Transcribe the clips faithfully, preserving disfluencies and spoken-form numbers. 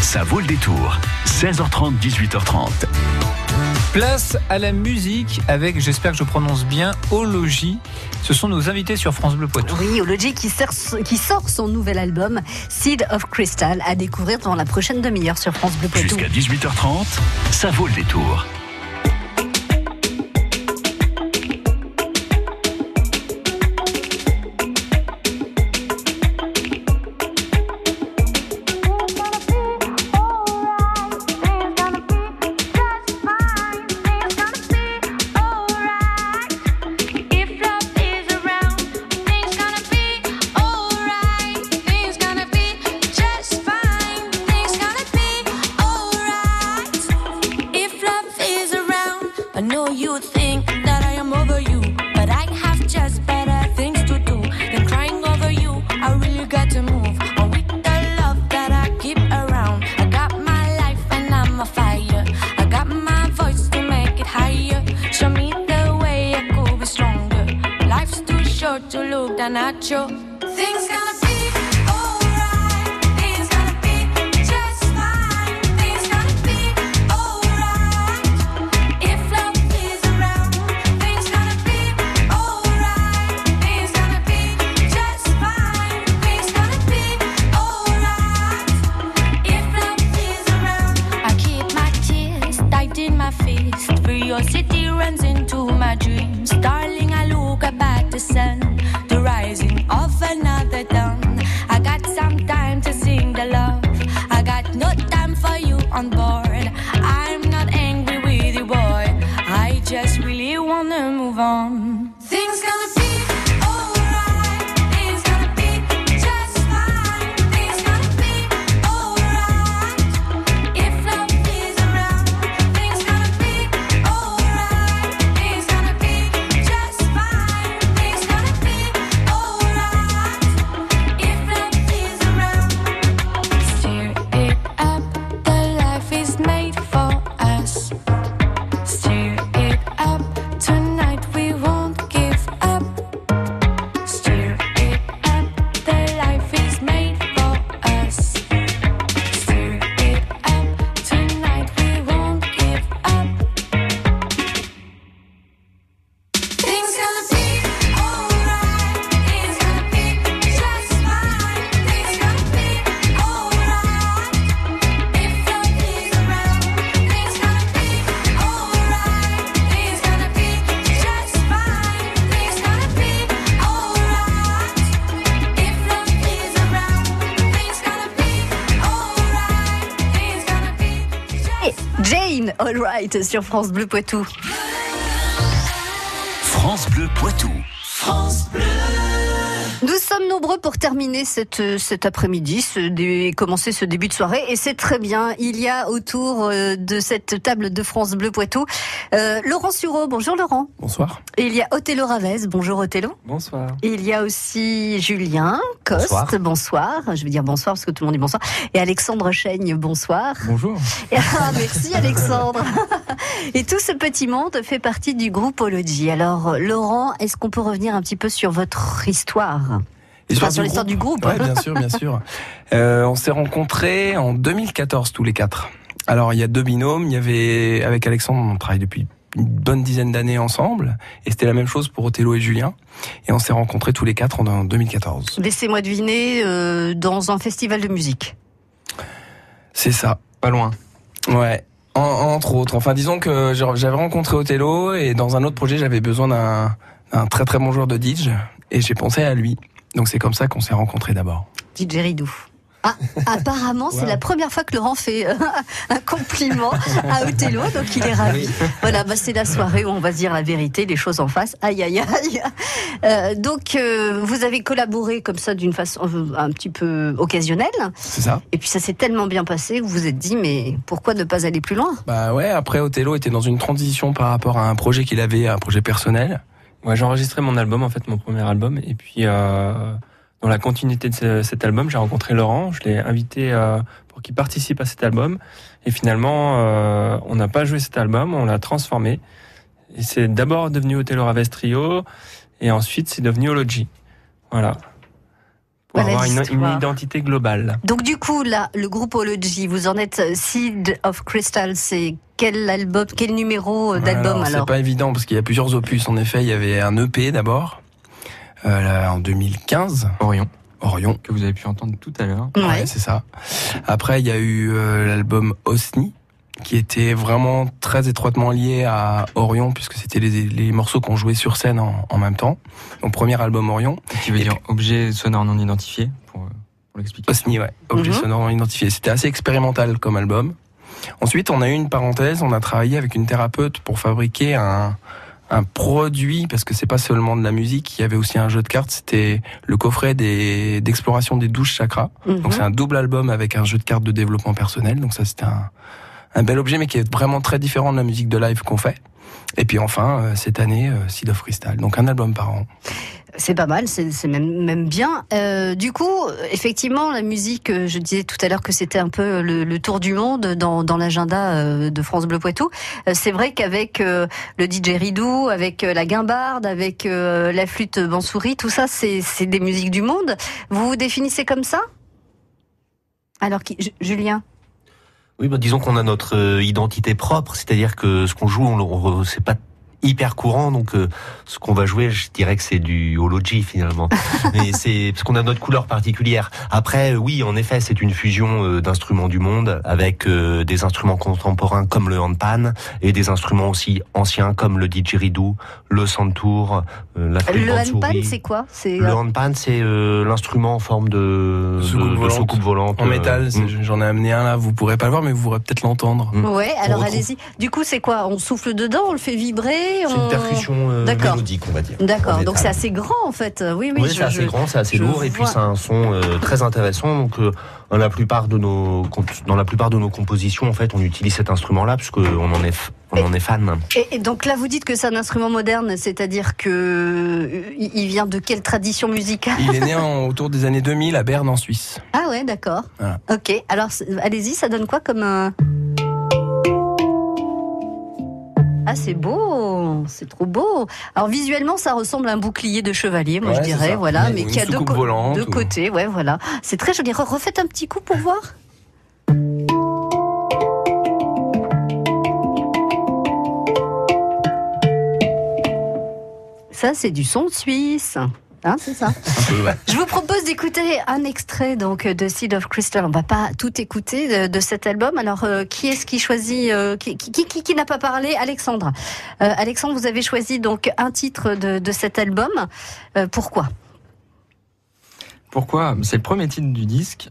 Ça vaut le détour. seize heures trente, dix-huit heures trente. Place à la musique avec, j'espère que je prononce bien, Ology. Ce sont nos invités sur France Bleu Poitou. Oui, Ology qui, qui sort son nouvel album Seed of Crystal à découvrir dans la prochaine demi-heure sur France Bleu Poitou. Jusqu'à dix-huit heures trente, ça vaut le détour. Nacho. Things gonna be alright. Things gonna be just fine. Things gonna be alright. If love is around, things gonna be alright. Things gonna be just fine. Things gonna be alright. If love is around, I keep my tears tight in my fist. Curiosity runs into my dreams. Darling, I look up at the sun. Rising of another dawn. I got some time to sing the love. I got no time for you on board. I'm not angry with you, boy. I just really wanna move on. Things gonna be alright. Things gonna be just fine. Things gonna be alright. If love is around, things gonna be alright. Things gonna be just fine. Things gonna be All Right sur France Bleu Poitou. France Bleu Poitou. France Bleu. Nous sommes nombreux pour terminer cette, cet après-midi ce, et commencer ce début de soirée. Et c'est très bien. Il y a autour de cette table de France Bleu Poitou euh, Laurent Sureau. Bonjour Laurent. Bonsoir. Et il y a Othello Ravez. Bonjour Othello. Bonsoir. Et il y a aussi Julien Coste. Bonsoir. bonsoir. Je vais dire bonsoir parce que tout le monde dit bonsoir. Et Alexandre Chaigne. Bonsoir. Bonjour. Et, ah, merci Alexandre. Et tout ce petit monde fait partie du groupe Ology. Alors Laurent, est-ce qu'on peut revenir un petit peu sur votre histoire? Enfin, sur l'histoire du groupe. Oui, bien sûr, bien sûr. Euh, on s'est rencontrés en deux mille quatorze, tous les quatre. Alors, il y a deux binômes. Il y avait, avec Alexandre, on travaille depuis une bonne dizaine d'années ensemble. Et c'était la même chose pour Othello et Julien. Et on s'est rencontrés tous les quatre en deux mille quatorze. Laissez-moi deviner, euh, dans un festival de musique. C'est ça. Pas loin. Ouais. En, entre autres. Enfin, disons que j'avais rencontré Othello et dans un autre projet, j'avais besoin d'un, d'un très très bon joueur de D J. Et j'ai pensé à lui. Donc c'est comme ça qu'on s'est rencontrés d'abord. D J Ridou. Ah, apparemment, wow. C'est la première fois que Laurent fait euh, un compliment à Othello, donc il est ravi. Voilà, bah, c'est la soirée où on va se dire la vérité, les choses en face. Aïe, aïe, aïe. Euh, donc, euh, vous avez collaboré comme ça d'une façon euh, un petit peu occasionnelle. C'est ça. Et puis ça s'est tellement bien passé que vous vous êtes dit, mais pourquoi ne pas aller plus loin? Bah ouais, après Othello était dans une transition par rapport à un projet qu'il avait, un projet personnel. Ouais, j'ai enregistré mon album, en fait, mon premier album, et puis... Euh... Dans la continuité de ce, cet album, j'ai rencontré Laurent, je l'ai invité euh, pour qu'il participe à cet album. Et finalement, euh, on n'a pas joué cet album, on l'a transformé. Et c'est d'abord devenu Othello Ravez Trio, et ensuite c'est devenu Ology. Voilà. pour Voilà avoir une, l'histoire. une identité globale. Donc du coup, là, le groupe Ology, vous en êtes euh, Seed of Crystal, c'est quel album, quel numéro euh, d'album Alors, alors, c'est pas évident parce qu'il y a plusieurs opus. En effet, il y avait un E P d'abord, euh, là, en deux mille quinze, Orion, Orion. que vous avez pu entendre tout à l'heure. Ouais. Ouais, c'est ça. Après, il y a eu euh, l'album Osni, qui était vraiment très étroitement lié à Orion, puisque c'était les, les morceaux qu'on jouait sur scène en, en même temps. Donc, premier album Orion. Qui veut Et dire objet sonore non identifié, pour, euh, pour l'expliquer. Osni, ouais. Objet Mhm. sonore non identifié. C'était assez expérimental comme album. Ensuite, on a eu une parenthèse, on a travaillé avec une thérapeute pour fabriquer un, un produit, parce que c'est pas seulement de la musique, il y avait aussi un jeu de cartes, c'était le coffret des, d'exploration des douze chakras. Mhm. Donc c'est un double album avec un jeu de cartes de développement personnel, donc ça c'était un, un bel objet, mais qui est vraiment très différent de la musique de live qu'on fait. Et puis enfin, euh, cette année, euh, Seed of Crystal, donc un album par an. C'est pas mal, c'est c'est même, même bien. Euh, du coup, effectivement, la musique, euh, je disais tout à l'heure que c'était un peu le, le tour du monde dans, dans l'agenda euh, de France Bleu Poitou. Euh, c'est vrai qu'avec euh, le D J Ridou, avec euh, la guimbarde, avec euh, la flûte Bansouris, tout ça, c'est c'est des musiques du monde. Vous vous définissez comme ça? Alors, qui, Ju- Julien? Oui, bah, disons qu'on a notre euh, identité propre, c'est-à-dire que ce qu'on joue, on, on, c'est pas hyper courant, donc euh, ce qu'on va jouer, je dirais que c'est du Ology finalement. Mais c'est parce qu'on a notre couleur particulière. Après, euh, oui, en effet, c'est une fusion euh, d'instruments du monde avec euh, des instruments contemporains comme le handpan et des instruments aussi anciens comme le didgeridoo, le santour, euh, la flûte Le handpan, bansuri. c'est quoi? C'est Le euh, handpan, c'est euh, l'instrument en forme de Soucoupe de- de volante. soucoupe volante En euh, métal, c'est- mm. j'en ai amené un là, vous pourrez pas le voir, mais vous pourrez peut-être l'entendre. Mm. Ouais, alors retrouve. allez-y. Du coup, c'est quoi? On souffle dedans, on le fait vibrer? C'est on... une percussion euh, D'accord. mélodique, on va dire. D'accord, En donc c'est métal. assez grand en fait. Oui, oui, Oui, je- c'est assez je- grand, c'est assez je lourd, et puis vois. c'est un son euh, très intéressant. Donc, euh, dans la plupart de nos comp- dans la plupart de nos compositions, en fait, on utilise cet instrument-là puisque on en est f- on en est fan. Et, et donc là, vous dites que c'est un instrument moderne, c'est-à-dire que euh, il il vient de quelle tradition musicale? Il est né en, autour des années deux mille à Berne en Suisse. Ah ouais, d'accord. Voilà. Ok, alors c'est- allez-y, ça donne quoi comme un... Ah, c'est beau, c'est trop beau. Alors visuellement, ça ressemble à un bouclier de chevalier, moi Ouais, je c'est dirais, ça. voilà, Ou mais une qui a deux, soucoupe co- volante, deux ou- côtés, ouais, voilà. C'est très joli. Re- Refaites un petit coup pour voir. Ça, c'est du son suisse. Hein, c'est ça. Un peu, ouais. Je vous propose d'écouter un extrait donc de Seed of Crystal. On va pas tout écouter de, de cet album. Alors, euh, qui est-ce qui choisit euh, Qui, qui, qui, qui n'a pas parlé? Alexandre. Euh, Alexandre, vous avez choisi donc un titre de, de cet album. Euh, pourquoi? Pourquoi? C'est le premier titre du disque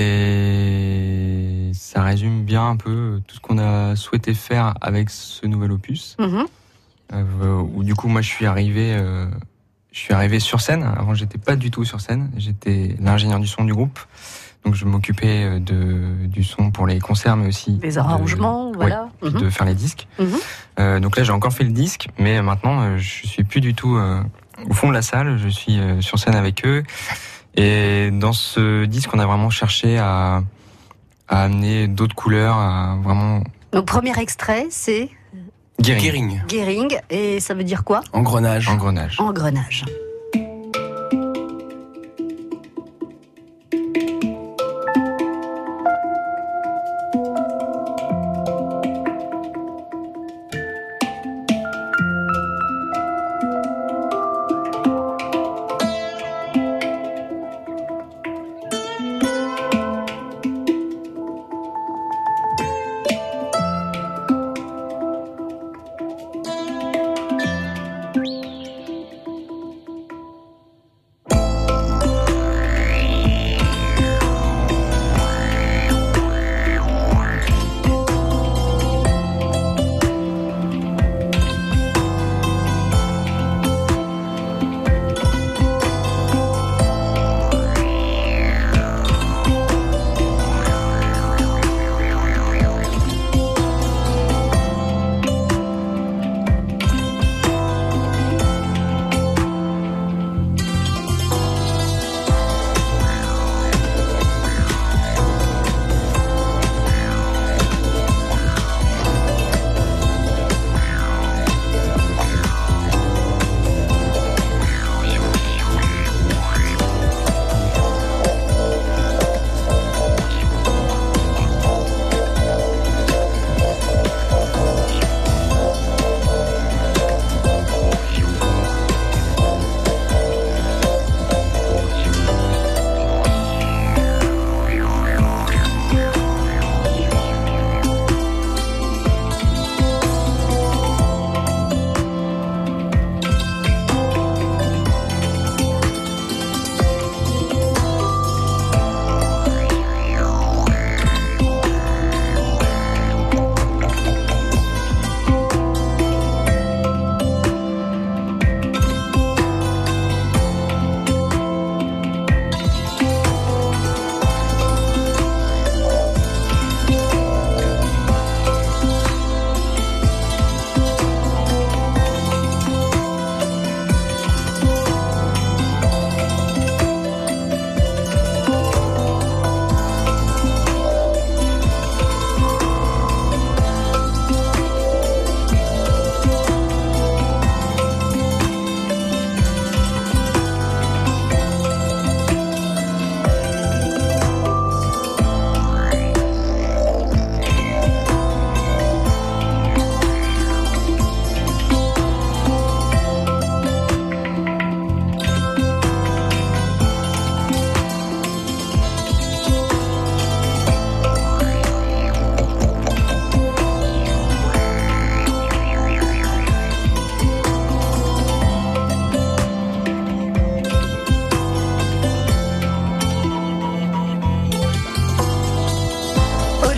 et ça résume bien un peu tout ce qu'on a souhaité faire avec ce nouvel opus. Mhm. Euh, où du coup moi je suis arrivé, euh, je suis arrivé sur scène. Avant j'étais pas du tout sur scène. J'étais l'ingénieur du son du groupe, donc je m'occupais de du son pour les concerts, mais aussi Les de- arrangements, ouais, voilà. puis Mhm. de faire les disques. Mhm. Euh, donc là j'ai encore fait le disque, mais maintenant euh, je suis plus du tout euh, au fond de la salle. Je suis euh, sur scène avec eux. Et dans ce disque, on a vraiment cherché à, à amener d'autres couleurs, à vraiment Donc, premier extrait, c'est guérir. Guéring, Gearing. Et ça veut dire quoi? engrenage. Engrenage. Engrenage.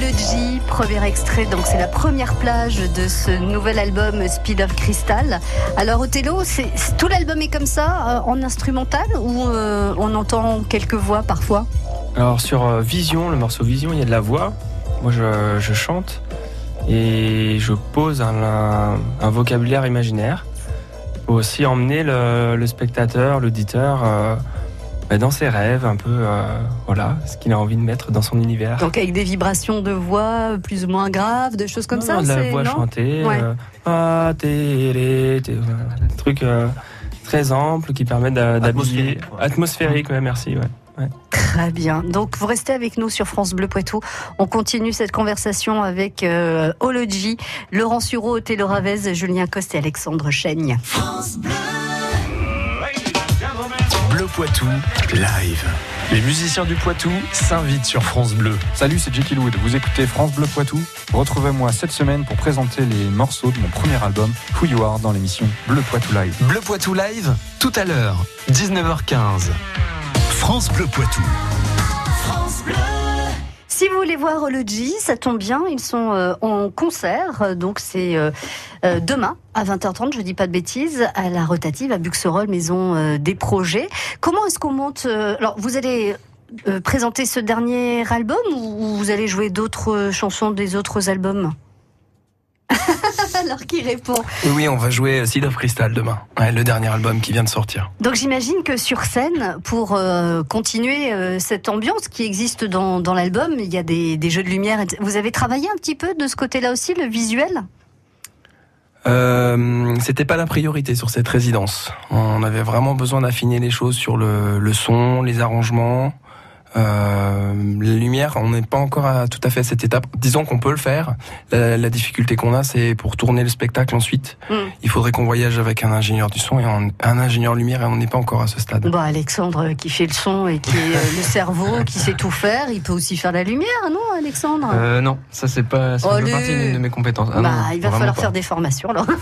Ology, premier extrait, donc c'est la première plage de ce nouvel album Speed of Crystal. Alors Othello, c'est, c'est- tout l'album est comme ça, euh, en instrumental, ou euh, on entend quelques voix parfois? Alors sur euh, Vision, le morceau Vision, il y a de la voix. Moi, je, je chante et je pose un, un, un vocabulaire imaginaire pour aussi emmener le, le spectateur, l'auditeur euh, bah, dans ses rêves, un peu, euh, voilà, ce qu'il a envie de mettre dans son univers. Donc avec des vibrations de voix plus ou moins graves, des choses comme Non, ça, non, de la c'est, voix non chantée, Ouais. euh, ah, télé, té- voilà, des trucs euh, très amples qui permettent d'a- d'habiller. Atmosphérique, ouais. Atmosphérique, ouais, merci. Ouais. Très bien. Donc, vous restez avec nous sur France Bleu Poitou. On continue cette conversation avec euh, Ology, Laurent Sureau, Othello Ravez, Julien Coste et Alexandre Chaigne. Bleu Poitou, live. Les musiciens du Poitou s'invitent sur France Bleu. Salut, c'est Jekyll Wood. Vous écoutez France Bleu Poitou. Retrouvez-moi cette semaine pour présenter les morceaux de mon premier album, Who You Are, dans l'émission Bleu Poitou Live. Bleu Poitou live, tout à l'heure, dix-neuf heures quinze. France Bleu Poitou. Si vous voulez voir Ology, ça tombe bien, ils sont euh, en concert, euh, donc c'est euh, euh, demain à vingt heures trente, je dis pas de bêtises, à la Rotative, à Buxerolles, Maison euh, des Projets. Comment est-ce qu'on monte euh, Alors, vous allez euh, présenter ce dernier album ou vous allez jouer d'autres euh, chansons des autres albums? Alors, qui répond? Oui, oui, on va jouer Seed of Crystal demain. Ouais, le dernier album qui vient de sortir. Donc j'imagine que sur scène, pour euh, continuer euh, cette ambiance qui existe dans, dans l'album, il y a des, des jeux de lumière. Vous avez travaillé un petit peu de ce côté-là aussi, le visuel? Euh, c'était pas la priorité sur cette résidence. On avait vraiment besoin d'affiner les choses sur le, le son, les arrangements. Euh, la lumière, on n'est pas encore à tout à fait à cette étape. Disons qu'on peut le faire. La, la difficulté qu'on a, c'est pour tourner le spectacle ensuite. Mm. Il faudrait qu'on voyage avec un ingénieur du son et un, un ingénieur lumière, et on n'est pas encore à ce stade. Bon, Alexandre qui fait le son et qui est euh, le cerveau, qui sait tout faire, il peut aussi faire la lumière, non Alexandre? Euh, non, ça c'est pas, ça fait Allez. pas partie d'une de mes compétences. Ah Bah, non, il va vraiment falloir pas. faire des formations alors.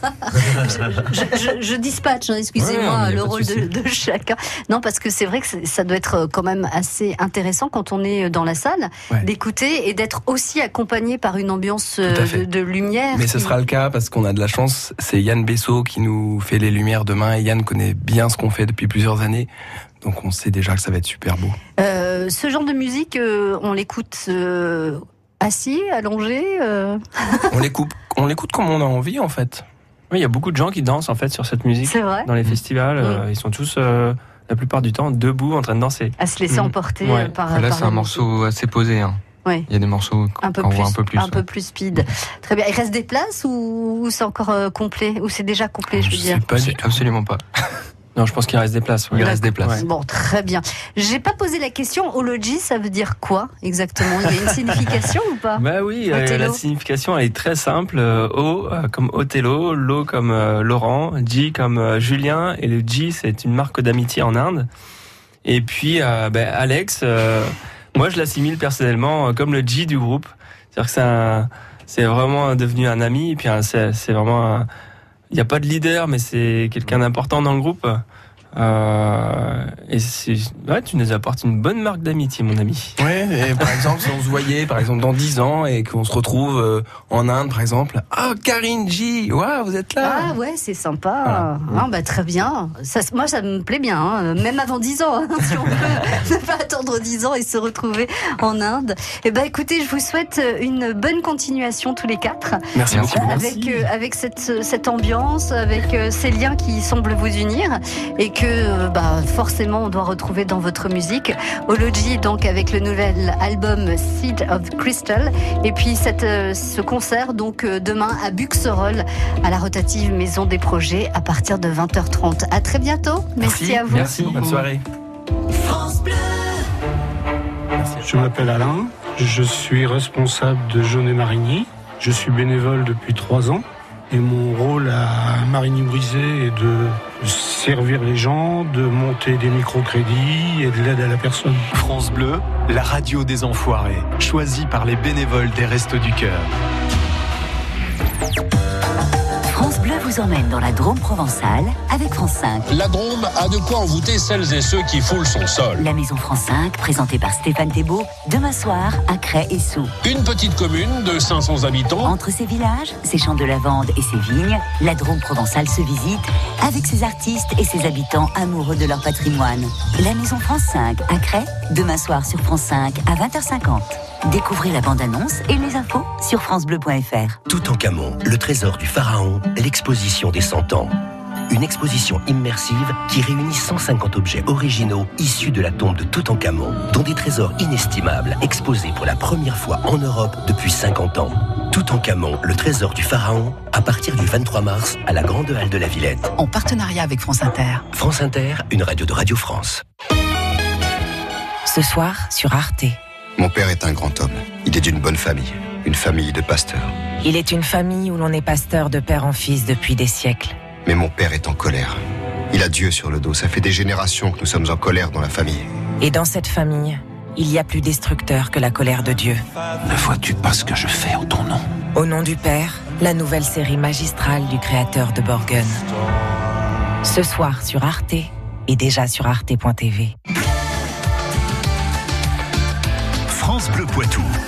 je, je, je, je dispatche, hein, excusez-moi, Ouais, mais y a le pas de rôle de, souci. de chacun. Non, parce que c'est vrai que c'est- ça doit être quand même assez intéressant quand on est dans la salle, Ouais. d'écouter et d'être aussi accompagné par une ambiance Tout à euh, fait. de, de lumière. Mais ce qui- sera le cas parce qu'on a de la chance. C'est Yann Bessot qui nous fait les lumières demain, et Yann connaît bien ce qu'on fait depuis plusieurs années. Donc on sait déjà que ça va être super beau. Euh, ce genre de musique, euh, on l'écoute euh, assis, allongé. euh, On l'écoute, on l'écoute comme on a envie en fait. Oui, il y a beaucoup de gens qui dansent en fait sur cette musique C'est vrai. dans les festivals. euh, ils sont tous, euh, la plupart du temps, debout en train de danser. À se laisser Mhm. emporter Ouais. euh, par. Là, par c'est la un musique. morceau assez posé. Hein. Ouais. Il y a des morceaux Un peu qu'on plus, voit un peu plus. un ouais. peu plus speed. Très bien. Il reste des places ou, ou c'est encore euh, complet, ou c'est déjà complet, je veux Je dire. sais pas C'est du tout. absolument pas. Non, je pense qu'il reste des places. ouais. Il reste des places. Ouais. Bon, très bien. J'ai pas posé la question. Ology, ça veut dire quoi exactement? Il y a une signification ou pas? Bah oui, euh, Othello. la signification elle est très simple. Euh, O euh, comme Othello, Lo comme euh, Laurent, G comme euh, Julien, et le G c'est une marque d'amitié en Inde. Et puis euh, bah, Alex, euh, moi je l'assimile personnellement euh, comme le G du groupe. C'est-à-dire que c'est un- c'est vraiment devenu un ami. Et puis un- c'est c'est vraiment un- il n'y a pas de leader, mais c'est quelqu'un d'important dans le groupe. Euh, et c'est, ouais, tu nous apportes une bonne marque d'amitié, mon ami. Ouais, et par exemple, si on se voyait, par exemple, dans dix ans et qu'on se retrouve euh, en Inde, par exemple, ah, Karine G, waouh, vous êtes là. Ah ouais, c'est sympa. Ah, bah, très bien. Ça, moi, ça me plaît bien, hein. Même avant dix ans, hein, si on peut ne pas attendre dix ans et se retrouver en Inde. Eh ben, écoutez, je vous souhaite une bonne continuation tous les quatre. Merci Merci. beaucoup. Avec, euh, avec cette, cette ambiance, avec euh, ces liens qui semblent vous unir et que euh, bah, forcément on doit retrouver dans votre musique. Ology, donc avec le nouvel album Seed of Crystal, et puis cette, euh, ce concert donc euh, demain à Buxerolles à la Rotative Maison des Projets à partir de vingt heures trente. À très bientôt. Merci, à vous. Merci. Bonne soirée. Je m'appelle Alain, je suis responsable de Jaunet Marigny. Je suis bénévole depuis trois ans et mon rôle à Marigny-Brisé est de servir les gens, de monter des microcrédits et de l'aide à la personne. France Bleu, la radio des enfoirés, choisie par les bénévoles des Restos du Cœur. France France Bleu vous emmène dans la Drôme provençale avec France cinq. La Drôme a de quoi envoûter celles et ceux qui foulent son sol. La Maison France cinq, présentée par Stéphane Thébault, demain soir à Cray et Soux. Une petite commune de cinq cents habitants. Entre ses villages, ses champs de lavande et ses vignes, la Drôme provençale se visite avec ses artistes et ses habitants amoureux de leur patrimoine. La Maison France cinq à Cray, demain soir sur France cinq à vingt heures cinquante. Découvrez la bande-annonce et les infos sur francebleu point fr. Toutankhamon, le trésor du pharaon, l'exposition des cent ans. Une exposition immersive qui réunit cent cinquante objets originaux issus de la tombe de Toutankhamon, dont des trésors inestimables exposés pour la première fois en Europe depuis cinquante ans. Toutankhamon, le trésor du pharaon, à partir du vingt-trois mars à la Grande Halle de la Villette. En partenariat avec France Inter. France Inter, une radio de Radio France. Ce soir sur Arte. Mon père est un grand homme. Il est d'une bonne famille, une famille de pasteurs. Il est une famille où l'on est pasteur de père en fils depuis des siècles. Mais mon père est en colère. Il a Dieu sur le dos. Ça fait des générations que nous sommes en colère dans la famille. Et dans cette famille, il y a plus destructeur que la colère de Dieu. Ne vois-tu pas ce que je fais en ton nom? Au nom du Père, la nouvelle série magistrale du créateur de Borgen. Ce soir sur Arte et déjà sur arte point t v. France Bleu Poitou.